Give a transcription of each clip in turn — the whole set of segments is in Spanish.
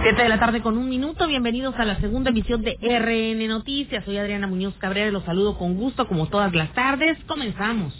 7:01 a.m. Bienvenidos a la segunda emisión de RN Noticias. Soy Adriana Muñoz Cabrera y los saludo con gusto como todas las tardes. Comenzamos.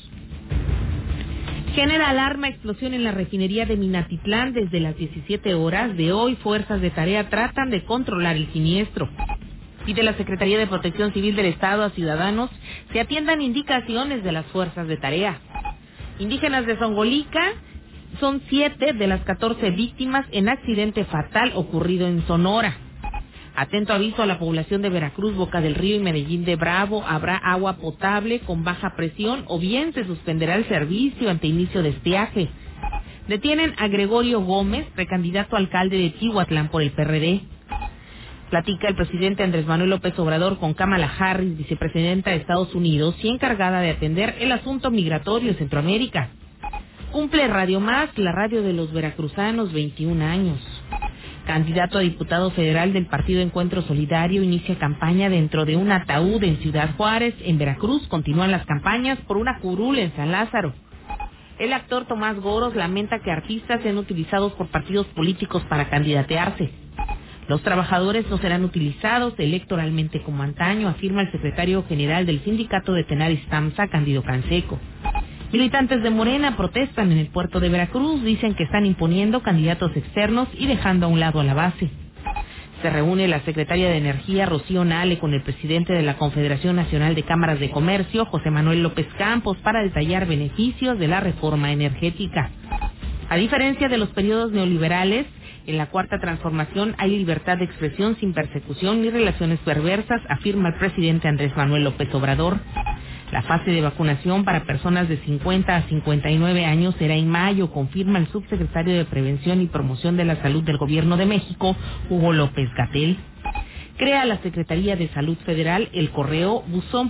Genera alarma explosión en la refinería de Minatitlán desde las 17 horas de hoy. Fuerzas de tarea tratan de controlar el siniestro. Pide la Secretaría de Protección Civil del Estado a ciudadanos que atiendan indicaciones de las fuerzas de tarea. Indígenas de Zongolica son 7 de las 14 víctimas en accidente fatal ocurrido en Sonora. Atento aviso a la población de Veracruz, Boca del Río y Medellín de Bravo. Habrá agua potable con baja presión o bien se suspenderá el servicio ante inicio de estiaje. Detienen a Gregorio Gómez, precandidato a alcalde de Cihuatlán por el PRD. Platica el presidente Andrés Manuel López Obrador con Kamala Harris, vicepresidenta de Estados Unidos y encargada de atender el asunto migratorio en Centroamérica. Cumple Radio Más, la radio de los veracruzanos, 21 años. Candidato a diputado federal del Partido Encuentro Solidario inicia campaña dentro de un ataúd en Ciudad Juárez. En Veracruz continúan las campañas por una curul en San Lázaro. El actor Tomás Goros lamenta que artistas sean utilizados por partidos políticos para candidatearse. Los trabajadores no serán utilizados electoralmente como antaño, afirma el secretario general del sindicato de Tenaris Tamsa, Cándido Canseco. Militantes de Morena protestan en el puerto de Veracruz, dicen que están imponiendo candidatos externos y dejando a un lado a la base. Se reúne la secretaria de Energía, Rocío Nale, con el presidente de la Confederación Nacional de Cámaras de Comercio, José Manuel López Campos, para detallar beneficios de la reforma energética. A diferencia de los periodos neoliberales, en la Cuarta Transformación hay libertad de expresión sin persecución ni relaciones perversas, afirma el presidente Andrés Manuel López Obrador. La fase de vacunación para personas de 50 a 59 años será en mayo, confirma el subsecretario de Prevención y Promoción de la Salud del Gobierno de México, Hugo López-Gatell. Crea la Secretaría de Salud Federal el correo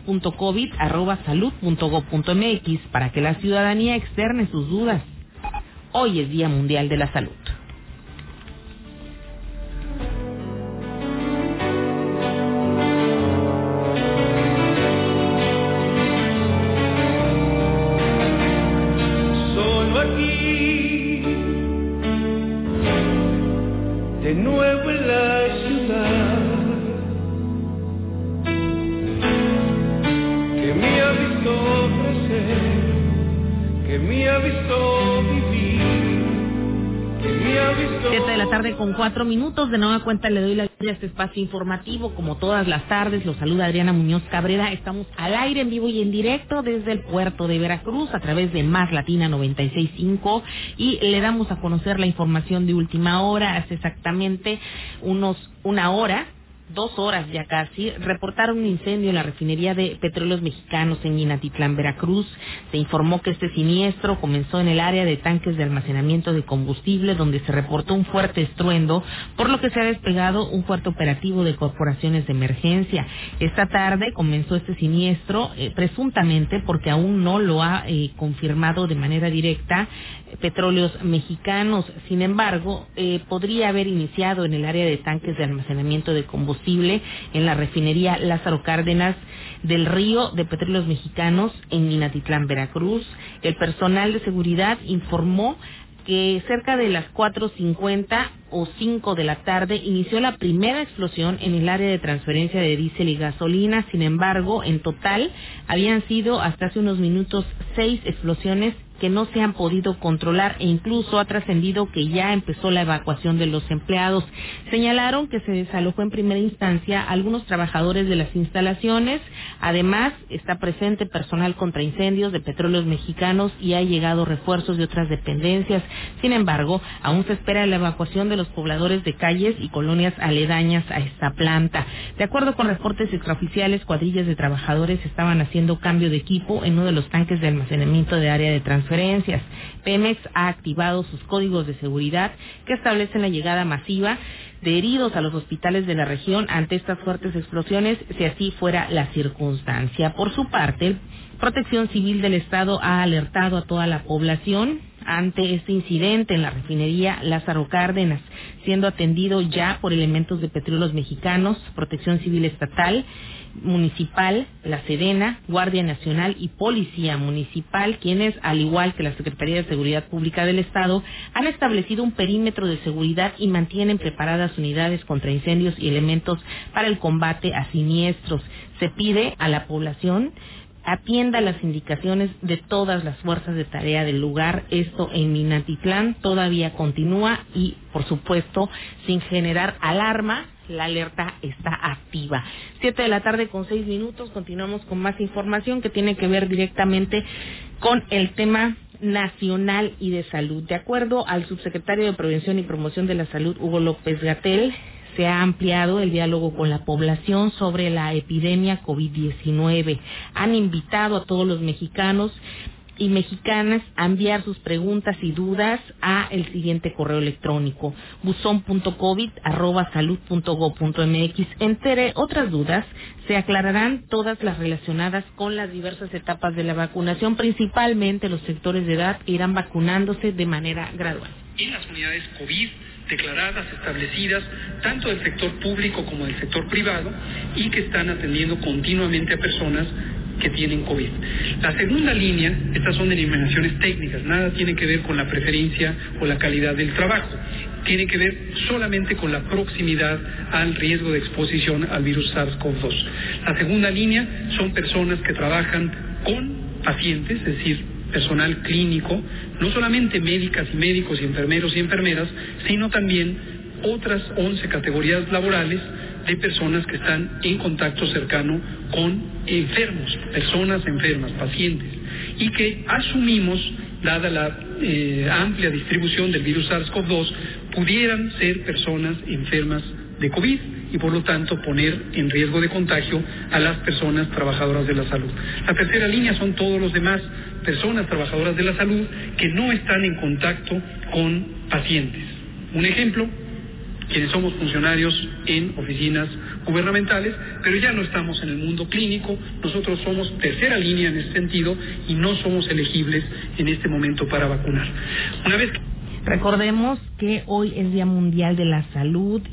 buzon.covid@salud.gov.mx para que la ciudadanía externe sus dudas. Hoy es Día Mundial de la Salud. De nuevo en la ciudad que me ha visto crecer, que me ha visto vivir, que me ha visto... 7:04 a.m. De nueva cuenta le doy la bienvenida a este espacio informativo. Como todas las tardes, los saluda Adriana Muñoz Cabrera. Estamos al aire, en vivo y en directo desde el puerto de Veracruz a través de Más Latina 96.5 y le damos a conocer la información de última hora. Hace exactamente 2 horas ya casi, reportaron un incendio en la refinería de Petróleos Mexicanos en Minatitlán, Veracruz. Se informó que este siniestro comenzó en el área de tanques de almacenamiento de combustible, donde se reportó un fuerte estruendo, por lo que se ha desplegado un fuerte operativo de corporaciones de emergencia. Esta tarde comenzó este siniestro, presuntamente, porque aún no lo ha confirmado de manera directa Petróleos Mexicanos. Sin embargo, podría haber iniciado en el área de tanques de almacenamiento de combustible en la refinería Lázaro Cárdenas del Río de Petróleos Mexicanos en Minatitlán, Veracruz. El personal de seguridad informó que cerca de las 4:50 o 5 de la tarde inició la primera explosión en el área de transferencia de diésel y gasolina. Sin embargo, en total habían sido hasta hace unos minutos 6 explosiones que no se han podido controlar e incluso ha trascendido que ya empezó la evacuación de los empleados. Señalaron que se desalojó en primera instancia a algunos trabajadores de las instalaciones. Además, está presente personal contra incendios de Petróleos Mexicanos y ha llegado refuerzos de otras dependencias. Sin embargo, aún se espera la evacuación de los pobladores de calles y colonias aledañas a esta planta. De acuerdo con reportes extraoficiales, cuadrillas de trabajadores estaban haciendo cambio de equipo en uno de los tanques de almacenamiento de área de transferencias. Pemex ha activado sus códigos de seguridad que establecen la llegada masiva de heridos a los hospitales de la región ante estas fuertes explosiones, si así fuera la circunstancia. Por su parte, Protección Civil del Estado ha alertado a toda la población ante este incidente en la refinería Lázaro Cárdenas, siendo atendido ya por elementos de Petróleos Mexicanos, Protección Civil Estatal, Municipal, la Sedena, Guardia Nacional y Policía Municipal, quienes, al igual que la Secretaría de Seguridad Pública del Estado, han establecido un perímetro de seguridad y mantienen preparadas unidades contra incendios y elementos para el combate a siniestros. Se pide a la población atienda las indicaciones de todas las fuerzas de tarea del lugar. Esto en Minatitlán todavía continúa y, por supuesto, sin generar alarma, la alerta está activa. 7:06 p.m, continuamos con más información que tiene que ver directamente con el tema nacional y de salud. De acuerdo al subsecretario de Prevención y Promoción de la Salud, Hugo López-Gatell, se ha ampliado el diálogo con la población sobre la epidemia COVID-19. Han invitado a todos los mexicanos y mexicanas a enviar sus preguntas y dudas a el siguiente correo electrónico: buzon.covid@salud.gov.mx. Entre otras dudas, se aclararán todas las relacionadas con las diversas etapas de la vacunación, principalmente los sectores de edad que irán vacunándose de manera gradual. En las unidades COVID declaradas, establecidas, tanto del sector público como del sector privado, y que están atendiendo continuamente a personas que tienen COVID. La segunda línea, estas son eliminaciones técnicas, nada tiene que ver con la preferencia o la calidad del trabajo, tiene que ver solamente con la proximidad al riesgo de exposición al virus SARS-CoV-2. La segunda línea son personas que trabajan con pacientes, es decir, personal clínico, no solamente médicas y médicos y enfermeros y enfermeras, sino también otras 11 categorías laborales de personas que están en contacto cercano con enfermos, personas enfermas, pacientes, y que asumimos, dada la amplia distribución del virus SARS-CoV-2, pudieran ser personas enfermas de COVID y por lo tanto poner en riesgo de contagio a las personas trabajadoras de la salud. La tercera línea son todos los demás personas trabajadoras de la salud que no están en contacto con pacientes. Un ejemplo, quienes somos funcionarios en oficinas gubernamentales, pero ya no estamos en el mundo clínico, nosotros somos tercera línea en ese sentido y no somos elegibles en este momento para vacunar. Una vez que... Recordemos que hoy es Día Mundial de la Salud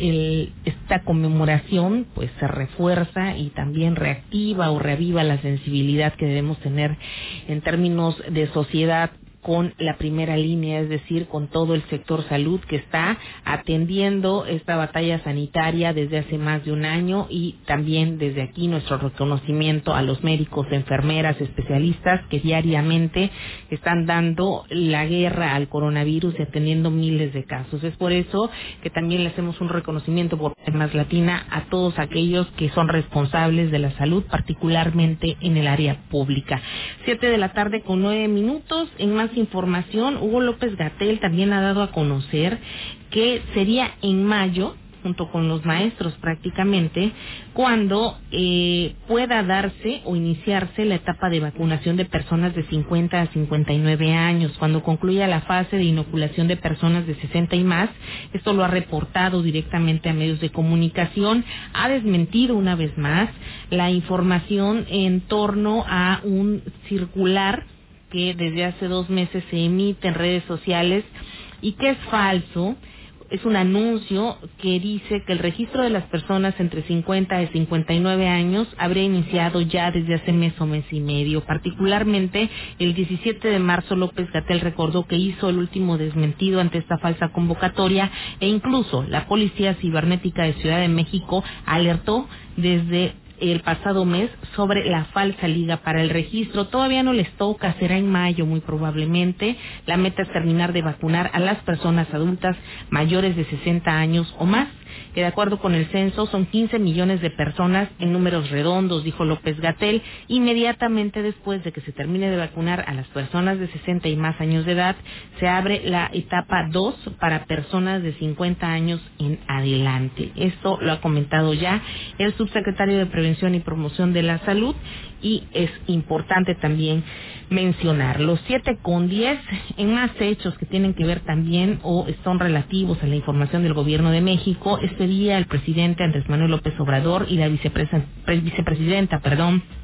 y esta conmemoración pues se refuerza y también reactiva o reaviva la sensibilidad que debemos tener en términos de sociedad con la primera línea, es decir, con todo el sector salud que está atendiendo esta batalla sanitaria desde hace más de un año, y también desde aquí nuestro reconocimiento a los médicos, enfermeras, especialistas que diariamente están dando la guerra al coronavirus y atendiendo miles de casos. Es por eso que también le hacemos un reconocimiento por Más Latina a todos aquellos que son responsables de la salud, particularmente en el área pública. 7:09 p.m. En más información, Hugo López-Gatell también ha dado a conocer que sería en mayo, junto con los maestros prácticamente, cuando pueda darse o iniciarse la etapa de vacunación de personas de 50 a 59 años, cuando concluya la fase de inoculación de personas de 60 y más. Esto lo ha reportado directamente a medios de comunicación, ha desmentido una vez más la información en torno a un circular que desde hace 2 meses se emite en redes sociales y que es falso. Es un anuncio que dice que el registro de las personas entre 50 y 59 años habría iniciado ya desde hace mes o mes y medio. Particularmente, el 17 de marzo, López-Gatell recordó que hizo el último desmentido ante esta falsa convocatoria, e incluso la Policía Cibernética de Ciudad de México alertó desde el pasado mes sobre la falsa liga para el registro. Todavía no les toca, será en mayo muy probablemente. La meta es terminar de vacunar a las personas adultas mayores de 60 años o más, que de acuerdo con el censo son 15 millones de personas en números redondos, dijo López-Gatell. Inmediatamente después de que se termine de vacunar a las personas de 60 y más años de edad, se abre la etapa 2 para personas de 50 años en adelante. Esto lo ha comentado ya el subsecretario de Prevención y Promoción de la Salud, y es importante también mencionarlo. 7:10 en más hechos que tienen que ver también o son relativos a la información del Gobierno de México. Este día el presidente Andrés Manuel López Obrador y la vicepresidenta,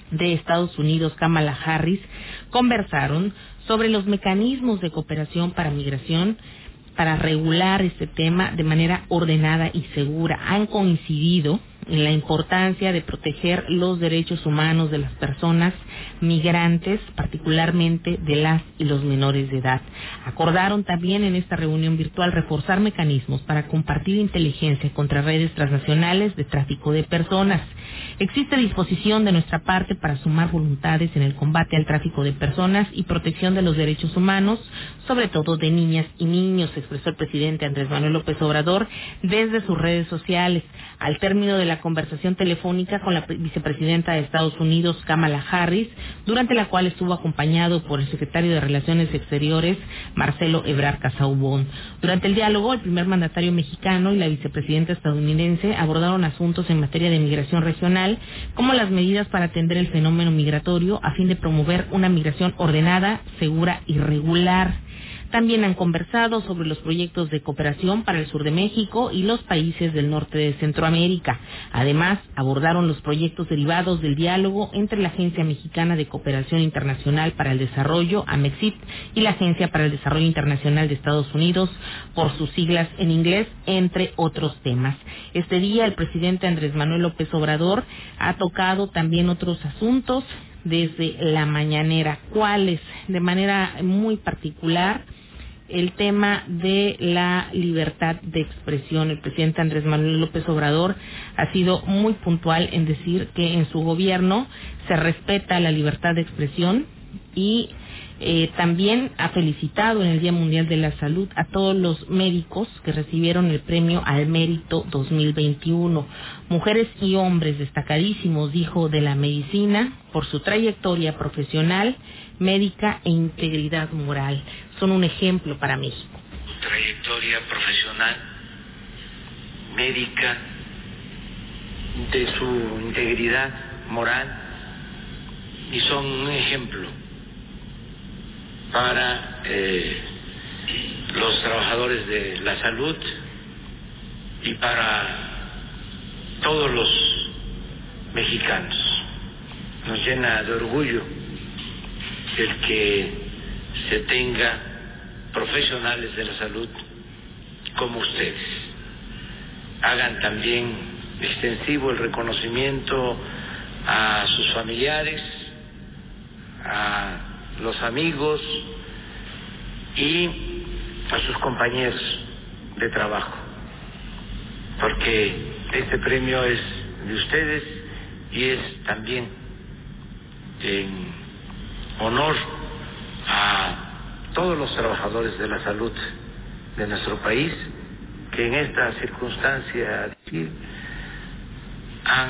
de Estados Unidos, Kamala Harris, conversaron sobre los mecanismos de cooperación para migración para regular este tema de manera ordenada y segura. Han coincidido en la importancia de proteger los derechos humanos de las personas migrantes, particularmente de las y los menores de edad. Acordaron también en esta reunión virtual reforzar mecanismos para compartir inteligencia contra redes transnacionales de tráfico de personas. Existe disposición de nuestra parte para sumar voluntades en el combate al tráfico de personas y protección de los derechos humanos, sobre todo de niñas y niños, expresó el presidente Andrés Manuel López Obrador desde sus redes sociales. Al término de la conversación telefónica con la vicepresidenta de Estados Unidos, Kamala Harris, durante la cual estuvo acompañado por el secretario de Relaciones Exteriores, Marcelo Ebrard Casaubon. Durante el diálogo, el primer mandatario mexicano y la vicepresidenta estadounidense abordaron asuntos en materia de migración regional, como las medidas para atender el fenómeno migratorio a fin de promover una migración ordenada, segura y regular. También han conversado sobre los proyectos de cooperación para el sur de México y los países del norte de Centroamérica. Además, abordaron los proyectos derivados del diálogo entre la Agencia Mexicana de Cooperación Internacional para el Desarrollo, AMEXIT, y la Agencia para el Desarrollo Internacional de Estados Unidos, por sus siglas en inglés, entre otros temas. Este día, el presidente Andrés Manuel López Obrador ha tocado también otros asuntos desde la mañanera. ¿Cuáles? De manera muy particular, el tema de la libertad de expresión. El presidente Andrés Manuel López Obrador ha sido muy puntual en decir que en su gobierno se respeta la libertad de expresión y también ha felicitado en el Día Mundial de la Salud a todos los médicos que recibieron el premio al mérito 2021. Mujeres y hombres destacadísimos, dijo, de la medicina por su trayectoria profesional, médica e integridad moral. Son un ejemplo para México. Trayectoria profesional, médica, de su integridad moral, y son un ejemplo para los trabajadores de la salud y para todos los mexicanos. Nos llena de orgullo el que se tenga profesionales de la salud como ustedes. Hagan también extensivo el reconocimiento a sus familiares, a los amigos y a sus compañeros de trabajo, porque este premio es de ustedes y es también en honor a todos los trabajadores de la salud de nuestro país que en esta circunstancia difícil han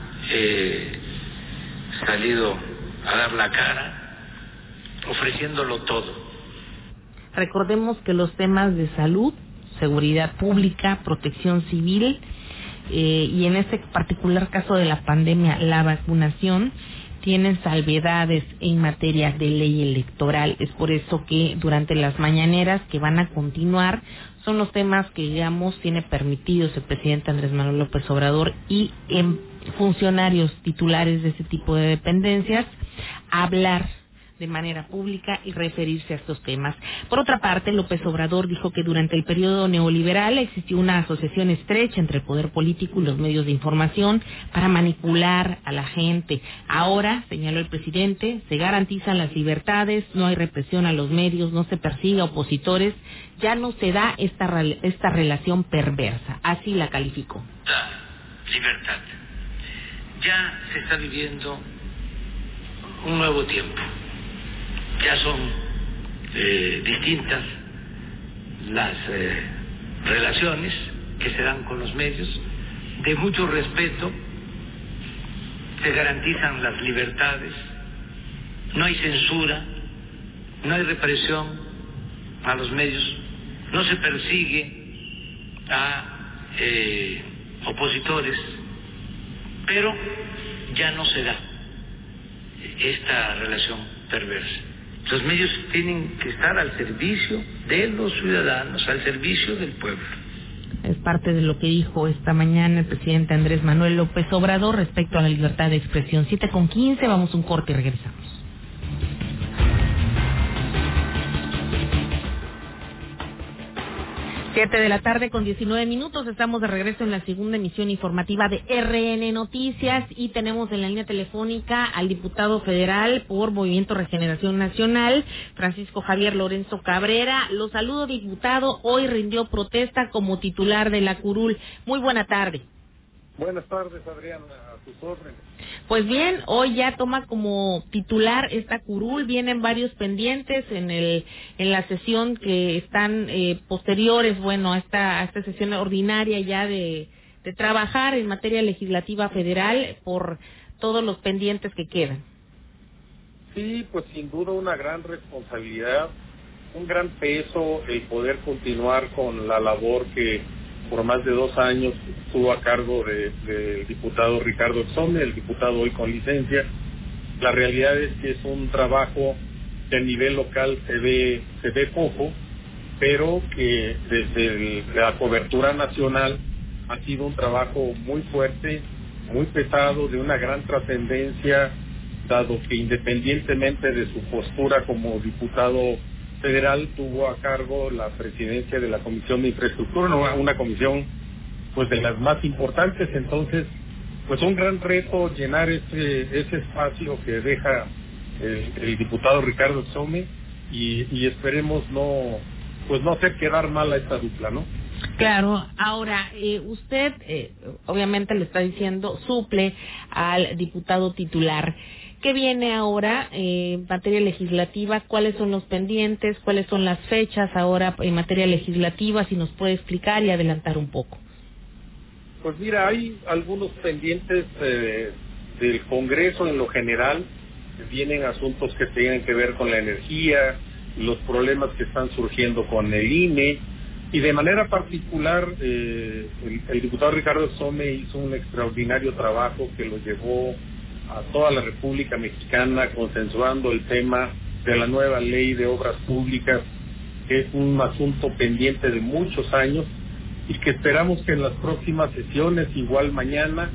salido a dar la cara, ofreciéndolo todo. Recordemos que los temas de salud, seguridad pública, protección civil y en este particular caso de la pandemia, la vacunación, tienen salvedades en materia de ley electoral. Es por eso que durante las mañaneras que van a continuar son los temas que, digamos, tiene permitidos el presidente Andrés Manuel López Obrador y en funcionarios titulares de ese tipo de dependencias hablar de manera pública y referirse a estos temas. Por otra parte, López Obrador dijo que durante el periodo neoliberal existió una asociación estrecha entre el poder político y los medios de información para manipular a la gente. Ahora, señaló el presidente, se garantizan las libertades, no hay represión a los medios, no se persigue a opositores, ya no se da esta relación perversa. Así la calificó. La libertad. Ya se está viviendo un nuevo tiempo. Ya son distintas las relaciones que se dan con los medios, de mucho respeto, se garantizan las libertades, no hay censura, no hay represión a los medios, no se persigue a opositores, pero ya no se da esta relación perversa. Los medios tienen que estar al servicio de los ciudadanos, al servicio del pueblo. Es parte de lo que dijo esta mañana el presidente Andrés Manuel López Obrador respecto a la libertad de expresión. 7:15, vamos a un corte y regresamos. 7:19 p.m, estamos de regreso en la segunda emisión informativa de RN Noticias y tenemos en la línea telefónica al diputado federal por Movimiento Regeneración Nacional, Francisco Javier Lorenzo Cabrera. Lo saludo, diputado, hoy rindió protesta como titular de la curul. Muy buena tarde. Buenas tardes, Adriana, a tus órdenes. Pues bien, hoy ya toma como titular esta curul, vienen varios pendientes en la sesión que están posteriores, bueno, a esta sesión ordinaria ya de trabajar en materia legislativa federal por todos los pendientes que quedan. Sí, pues sin duda una gran responsabilidad, un gran peso el poder continuar con la labor que por más de 2 años estuvo a cargo del diputado Ricardo Exome, el diputado hoy con licencia. La realidad es que es un trabajo que a nivel local se ve poco, pero que desde la cobertura nacional ha sido un trabajo muy fuerte, muy pesado, de una gran trascendencia, dado que independientemente de su postura como diputado federal tuvo a cargo la presidencia de la Comisión de Infraestructura, una comisión pues de las más importantes. Entonces pues un gran reto llenar ese espacio que deja el diputado Ricardo Exome y esperemos no hacer quedar mal a esta dupla, ¿no? Claro, ahora usted obviamente le está diciendo suple al diputado titular. ¿Qué viene ahora en materia legislativa? ¿Cuáles son los pendientes? ¿Cuáles son las fechas ahora en materia legislativa? Si nos puede explicar y adelantar un poco. Pues mira, hay algunos pendientes del Congreso en lo general. Vienen asuntos que tienen que ver con la energía, los problemas que están surgiendo con el INE. Y de manera particular, el diputado Ricardo Exome hizo un extraordinario trabajo que lo llevó a toda la República Mexicana, consensuando el tema de la nueva ley de obras públicas, que es un asunto pendiente de muchos años y que esperamos que en las próximas sesiones, igual mañana,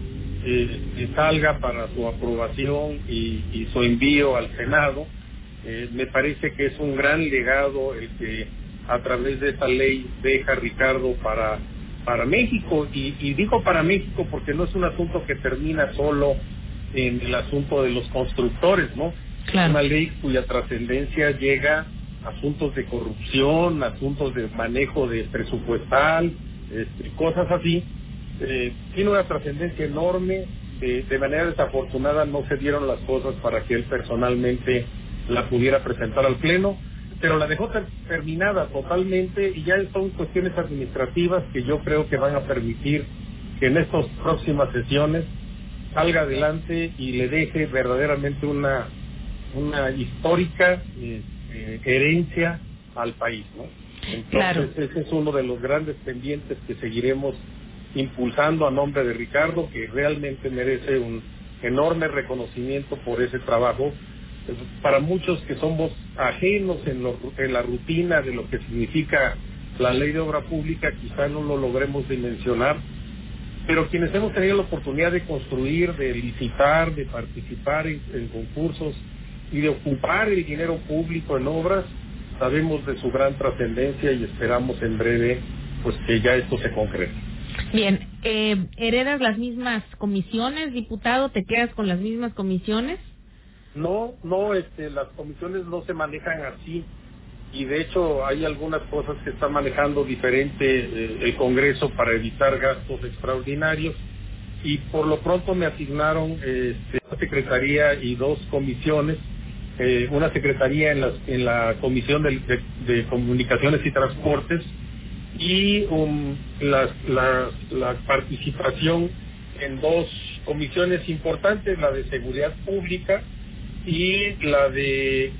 salga para su aprobación y su envío al Senado. Me parece que es un gran legado el que a través de esta ley deja Ricardo para México, y digo para México porque no es un asunto que termina solo en el asunto de los constructores, ¿no? Claro. Una ley cuya trascendencia llega a asuntos de corrupción, asuntos de manejo de presupuestal, cosas así. Tiene una trascendencia enorme. De manera desafortunada no se dieron las cosas para que él personalmente la pudiera presentar al Pleno, pero la dejó terminada totalmente y ya son cuestiones administrativas que yo creo que van a permitir que en estas próximas sesiones salga adelante y le deje verdaderamente una histórica herencia al país, ¿no? Entonces, claro, ese es uno de los grandes pendientes que seguiremos impulsando a nombre de Ricardo, que realmente merece un enorme reconocimiento por ese trabajo. Para muchos que somos ajenos en la rutina de lo que significa la ley de obra pública, quizá no lo logremos dimensionar, pero quienes hemos tenido la oportunidad de construir, de licitar, de participar en concursos y de ocupar el dinero público en obras, sabemos de su gran trascendencia y esperamos en breve pues que ya esto se concrete. Bien, ¿heredas las mismas comisiones, diputado? ¿Te quedas con las mismas comisiones? No, las comisiones no se manejan así, y de hecho hay algunas cosas que está manejando diferente el Congreso para evitar gastos extraordinarios, y por lo pronto me asignaron una secretaría y 2 comisiones, una secretaría en la Comisión de Comunicaciones y Transportes, y la participación en 2 comisiones importantes, la de Seguridad Pública y la de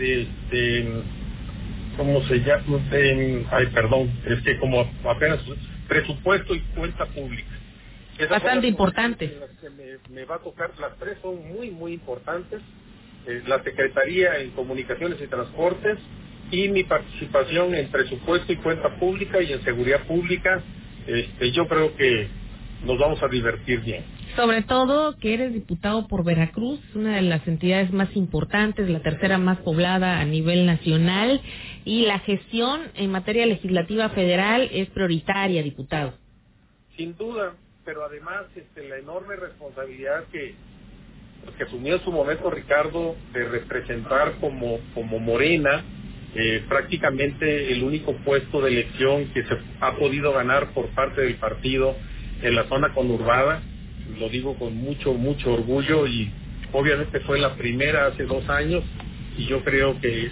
¿cómo se llama? Es que como apenas Presupuesto y Cuenta Pública. Bastante importante. Me va a tocar, las 3 son muy, muy importantes. La Secretaría en Comunicaciones y Transportes y mi participación en Presupuesto y Cuenta Pública y en Seguridad Pública, yo creo que nos vamos a divertir bien. Sobre todo que eres diputado por Veracruz, una de las entidades más importantes, la tercera más poblada a nivel nacional, y la gestión en materia legislativa federal es prioritaria, diputado. Sin duda, pero además la enorme responsabilidad que asumió en su momento Ricardo de representar como Morena, prácticamente el único puesto de elección que se ha podido ganar por parte del partido en la zona conurbada. Lo digo con mucho orgullo, y obviamente fue la primera hace 2 años, y yo creo que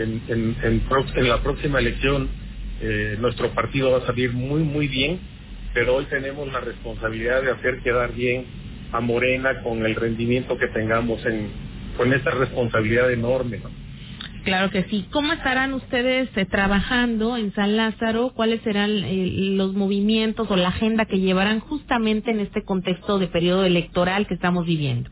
en la próxima elección nuestro partido va a salir muy bien, pero hoy tenemos la responsabilidad de hacer quedar bien a Morena con el rendimiento que tengamos con esta responsabilidad enorme, ¿no? Claro que sí. ¿Cómo estarán ustedes trabajando en San Lázaro? ¿Cuáles serán los movimientos o la agenda que llevarán justamente en este contexto de periodo electoral que estamos viviendo?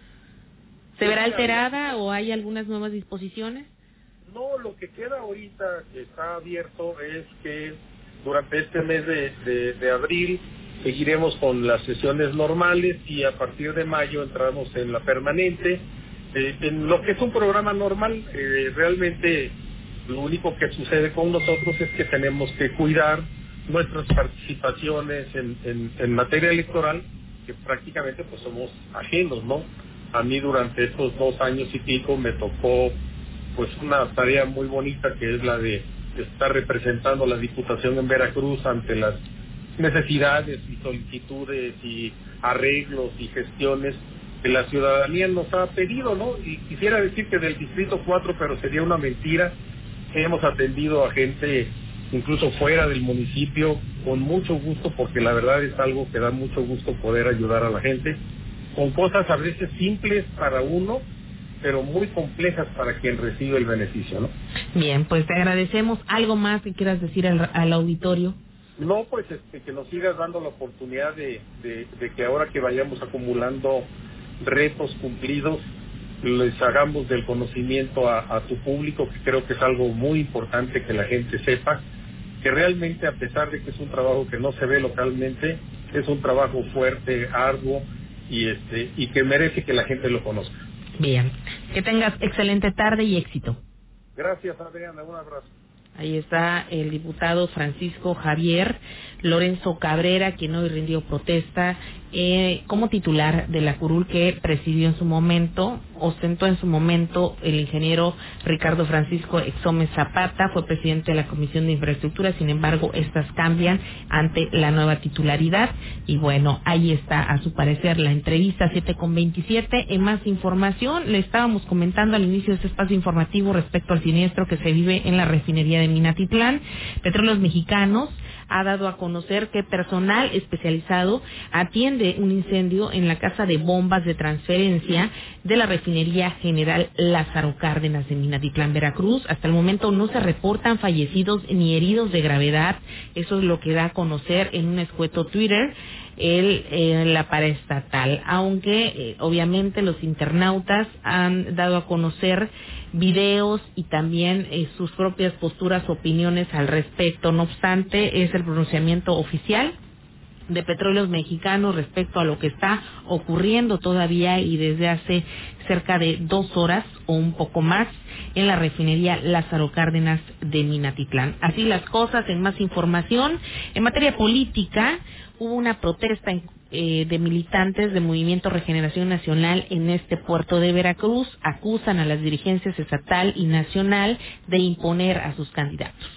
¿Se verá alterada o hay algunas nuevas disposiciones? No, lo que queda ahorita que está abierto es que durante este mes de abril seguiremos con las sesiones normales, y a partir de mayo entramos en la permanente. En lo que es un programa normal, realmente lo único que sucede con nosotros es que tenemos que cuidar nuestras participaciones en materia electoral, que prácticamente pues somos ajenos, ¿no? A mí durante estos 2 años y pico me tocó pues una tarea muy bonita, que es la de estar representando la Diputación en Veracruz ante las necesidades y solicitudes y arreglos y gestiones que la ciudadanía nos ha pedido, ¿no? Y quisiera decir que del Distrito 4, pero sería una mentira. Hemos atendido a gente incluso fuera del municipio con mucho gusto, porque la verdad es algo que da mucho gusto poder ayudar a la gente con cosas a veces simples para uno, pero muy complejas para quien recibe el beneficio, ¿no? Bien, pues te agradecemos. ¿Algo más que quieras decir al auditorio? No, pues que nos sigas dando la oportunidad de que ahora que vayamos acumulando retos cumplidos, les hagamos del conocimiento a tu público, que creo que es algo muy importante que la gente sepa, que realmente, a pesar de que es un trabajo que no se ve localmente, es un trabajo fuerte, arduo, y que merece que la gente lo conozca. Bien, que tengas excelente tarde y éxito. Gracias, Adriana, un abrazo. Ahí está el diputado Francisco Javier Lorenzo Cabrera, quien hoy rindió protesta como titular de la curul que presidió en su momento, ostentó en su momento el ingeniero Ricardo Francisco Exome Zapata, fue presidente de la Comisión de Infraestructura. Sin embargo, estas cambian ante la nueva titularidad, y bueno, ahí está a su parecer la entrevista 7:27. En más información, le estábamos comentando al inicio de este espacio informativo respecto al siniestro que se vive en la refinería de Minatitlán. Petróleos Mexicanos ha dado a conocer que personal especializado atiende un incendio en la casa de bombas de transferencia de la refinería General Lázaro Cárdenas de Minatitlán, Veracruz. Hasta el momento no se reportan fallecidos ni heridos de gravedad. Eso es lo que da a conocer en un escueto Twitter la paraestatal, aunque obviamente los internautas han dado a conocer videos y también sus propias posturas, opiniones al respecto. No obstante, es el pronunciamiento oficial de Petróleos Mexicanos respecto a lo que está ocurriendo todavía y desde hace cerca de 2 horas o un poco más en la refinería Lázaro Cárdenas de Minatitlán. Así las cosas. En más información, en materia política, hubo una protesta de militantes del Movimiento Regeneración Nacional en este puerto de Veracruz. Acusan a las dirigencias estatal y nacional de imponer a sus candidatos.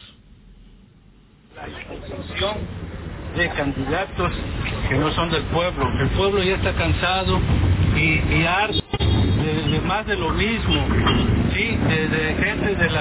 La expulsión de candidatos que no son del pueblo. El pueblo ya está cansado y harto de más de lo mismo, sí, de gente de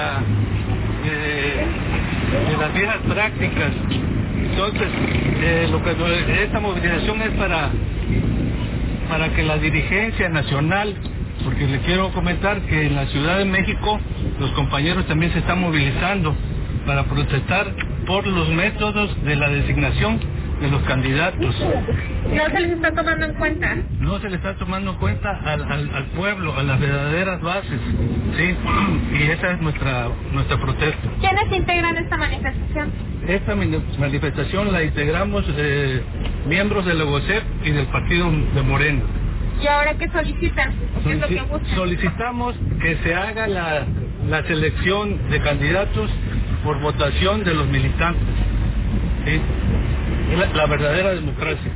las viejas prácticas. Entonces, esta movilización es para que la dirigencia nacional, porque le quiero comentar que en la Ciudad de México los compañeros también se están movilizando para protestar por los métodos de la designación de los candidatos. ¿No se les está tomando en cuenta? No se le está tomando en cuenta al pueblo, a las verdaderas bases, ¿sí? Y esa es nuestra protesta. ¿Quiénes integran esta manifestación? esta manifestación la integramos miembros del EGOCEP y del partido de Morena. ¿Y ahora qué solicitan? ¿Qué es lo que buscan? Solicitamos que se haga la selección de candidatos por votación de los militantes. ¿Sí? La verdadera democracia.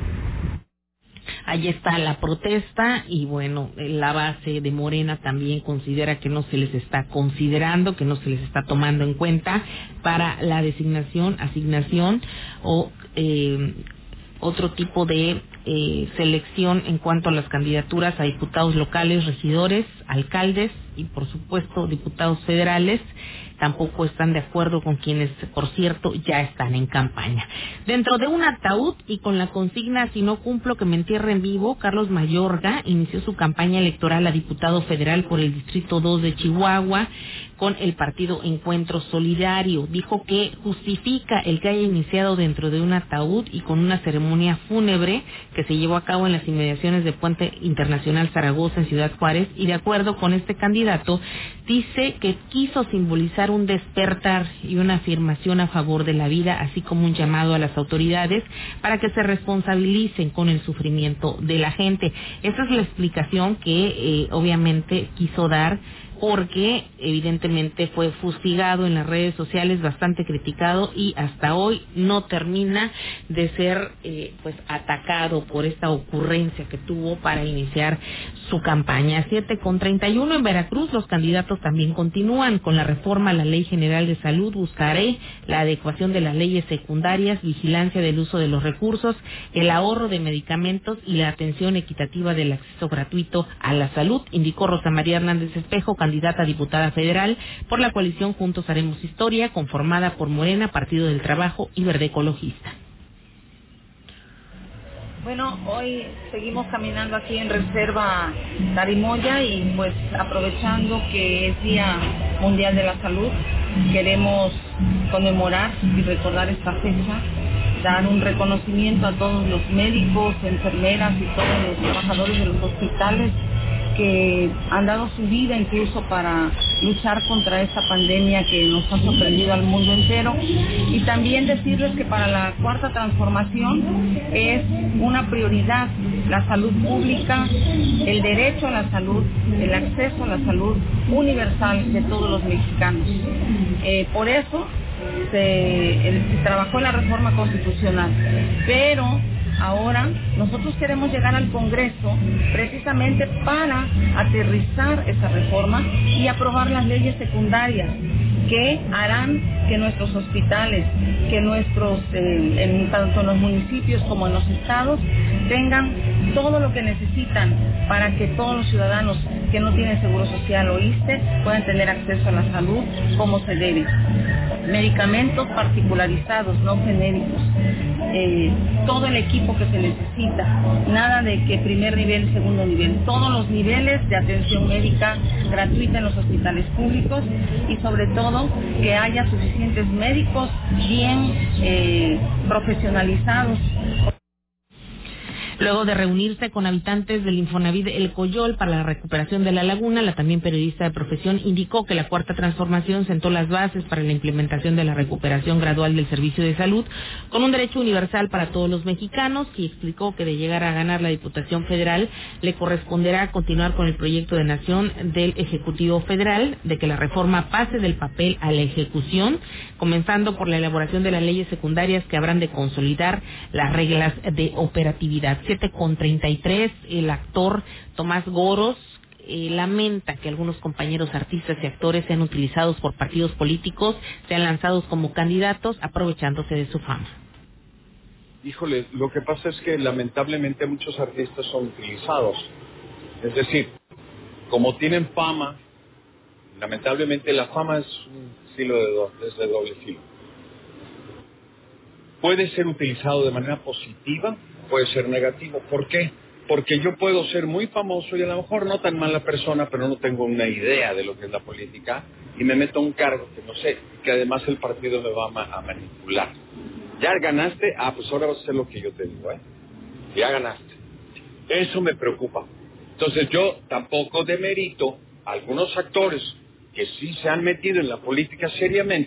Ahí está la protesta y bueno, la base de Morena también considera que no se les está considerando, que no se les está tomando en cuenta para la asignación o otro tipo de selección en cuanto a las candidaturas a diputados locales, regidores, alcaldes y por supuesto diputados federales. Tampoco están de acuerdo con quienes, por cierto, ya están en campaña. Dentro de un ataúd y con la consigna "si no cumplo que me entierren vivo", Carlos Mayorga inició su campaña electoral a diputado federal por el Distrito 2 de Chihuahua con el partido Encuentro Solidario. Dijo que justifica el que haya iniciado dentro de un ataúd y con una ceremonia fúnebre que se llevó a cabo en las inmediaciones de Puente Internacional Zaragoza en Ciudad Juárez, y de acuerdo con este candidato, dice que quiso simbolizar un despertar y una afirmación a favor de la vida, así como un llamado a las autoridades para que se responsabilicen con el sufrimiento de la gente. Esa es la explicación que obviamente quiso dar, porque evidentemente fue fustigado en las redes sociales, bastante criticado, y hasta hoy no termina de ser pues atacado por esta ocurrencia que tuvo para iniciar su campaña. 7:31 en Veracruz. Los candidatos también continúan con la reforma a la Ley General de Salud. Buscaré la adecuación de las leyes secundarias, vigilancia del uso de los recursos, el ahorro de medicamentos y la atención equitativa del acceso gratuito a la salud, indicó Rosa María Hernández Espejo, candidata a diputada federal por la coalición Juntos Haremos Historia, conformada por Morena, Partido del Trabajo y Verde Ecologista. Bueno, hoy seguimos caminando aquí en Reserva Tarimoya y pues aprovechando que es Día Mundial de la Salud, queremos conmemorar y recordar esta fecha, dar un reconocimiento a todos los médicos, enfermeras y todos los trabajadores de los hospitales que han dado su vida incluso para luchar contra esta pandemia que nos ha sorprendido al mundo entero, y también decirles que para la Cuarta Transformación es una prioridad la salud pública, el derecho a la salud, el acceso a la salud universal de todos los mexicanos. Por eso se trabajó en la reforma constitucional, pero ahora nosotros queremos llegar al Congreso precisamente para aterrizar esa reforma y aprobar las leyes secundarias que harán que nuestros hospitales, que tanto en los municipios como en los estados, tengan todo lo que necesitan para que todos los ciudadanos que no tienen seguro social o ISSSTE puedan tener acceso a la salud como se debe. Medicamentos particularizados, no genéricos. Todo el equipo que se necesita, nada de que primer nivel, segundo nivel, todos los niveles de atención médica gratuita en los hospitales públicos, y sobre todo que haya suficientes médicos bien profesionalizados. Luego de reunirse con habitantes del Infonavit El Coyol para la recuperación de la laguna, la también periodista de profesión indicó que la Cuarta Transformación sentó las bases para la implementación de la recuperación gradual del servicio de salud con un derecho universal para todos los mexicanos, y explicó que de llegar a ganar la Diputación Federal le corresponderá continuar con el proyecto de nación del Ejecutivo Federal, de que la reforma pase del papel a la ejecución, comenzando por la elaboración de las leyes secundarias que habrán de consolidar las reglas de operatividad. 7:33, el actor Tomás Goros lamenta que algunos compañeros artistas y actores sean utilizados por partidos políticos, sean lanzados como candidatos aprovechándose de su fama. Híjole, lo que pasa es que lamentablemente muchos artistas son utilizados. Es decir, como tienen fama, lamentablemente la fama es un filo de doble filo. Puede ser utilizado de manera positiva, puede ser negativo. ¿Por qué? Porque yo puedo ser muy famoso y a lo mejor no tan mala persona, pero no tengo una idea de lo que es la política y me meto a un cargo que no sé, que además el partido me va a manipular. ¿Ya ganaste? Pues ahora vas a hacer lo que yo te digo, Ya ganaste. Eso me preocupa. Entonces yo tampoco demerito a algunos actores que sí se han metido en la política seriamente,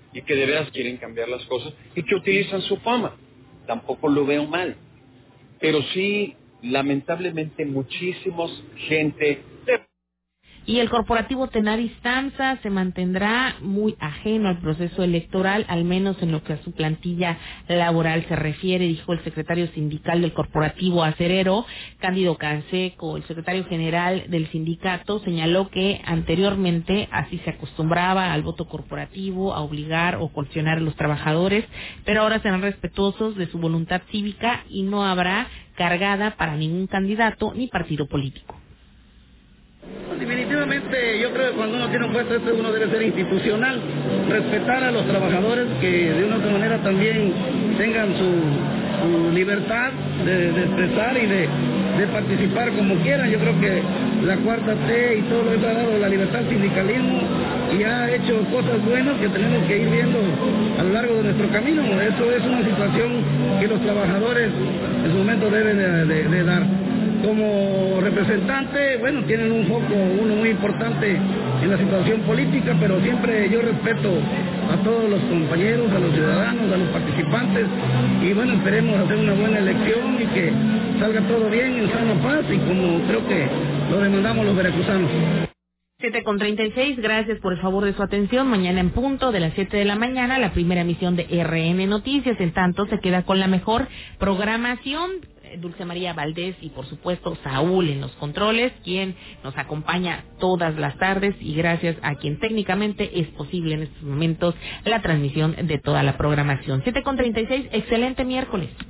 y que de veras quieren cambiar las cosas y que utilizan su fama. Tampoco lo veo mal. Pero sí, lamentablemente, muchísimos gente... Y el corporativo Tenaris Tamsa se mantendrá muy ajeno al proceso electoral, al menos en lo que a su plantilla laboral se refiere, dijo el secretario sindical del corporativo acerero, Cándido Canseco. El secretario general del sindicato señaló que anteriormente así se acostumbraba al voto corporativo, a obligar o coaccionar a los trabajadores, pero ahora serán respetuosos de su voluntad cívica y no habrá cargada para ningún candidato ni partido político. Definitivamente yo creo que cuando uno tiene un puesto uno debe ser institucional, respetar a los trabajadores que de una u otra manera también tengan su libertad de expresar y de participar como quieran. Yo creo que la Cuarta T y todo lo que ha dado la libertad al sindicalismo y ha hecho cosas buenas que tenemos que ir viendo a lo largo de nuestro camino. Eso es una situación que los trabajadores en su momento deben de dar. Como representante, bueno, tienen un foco, uno muy importante en la situación política, pero siempre yo respeto a todos los compañeros, a los ciudadanos, a los participantes, y bueno, esperemos hacer una buena elección y que salga todo bien en sana paz, y como creo que lo demandamos los veracruzanos. 7:36, gracias por el favor de su atención. Mañana en punto de las 7 de la mañana, la primera emisión de RN Noticias. En tanto, se queda con la mejor programación. Dulce María Valdés y por supuesto Saúl en los controles, quien nos acompaña todas las tardes, y gracias a quien técnicamente es posible en estos momentos la transmisión de toda la programación. 7:36, excelente miércoles.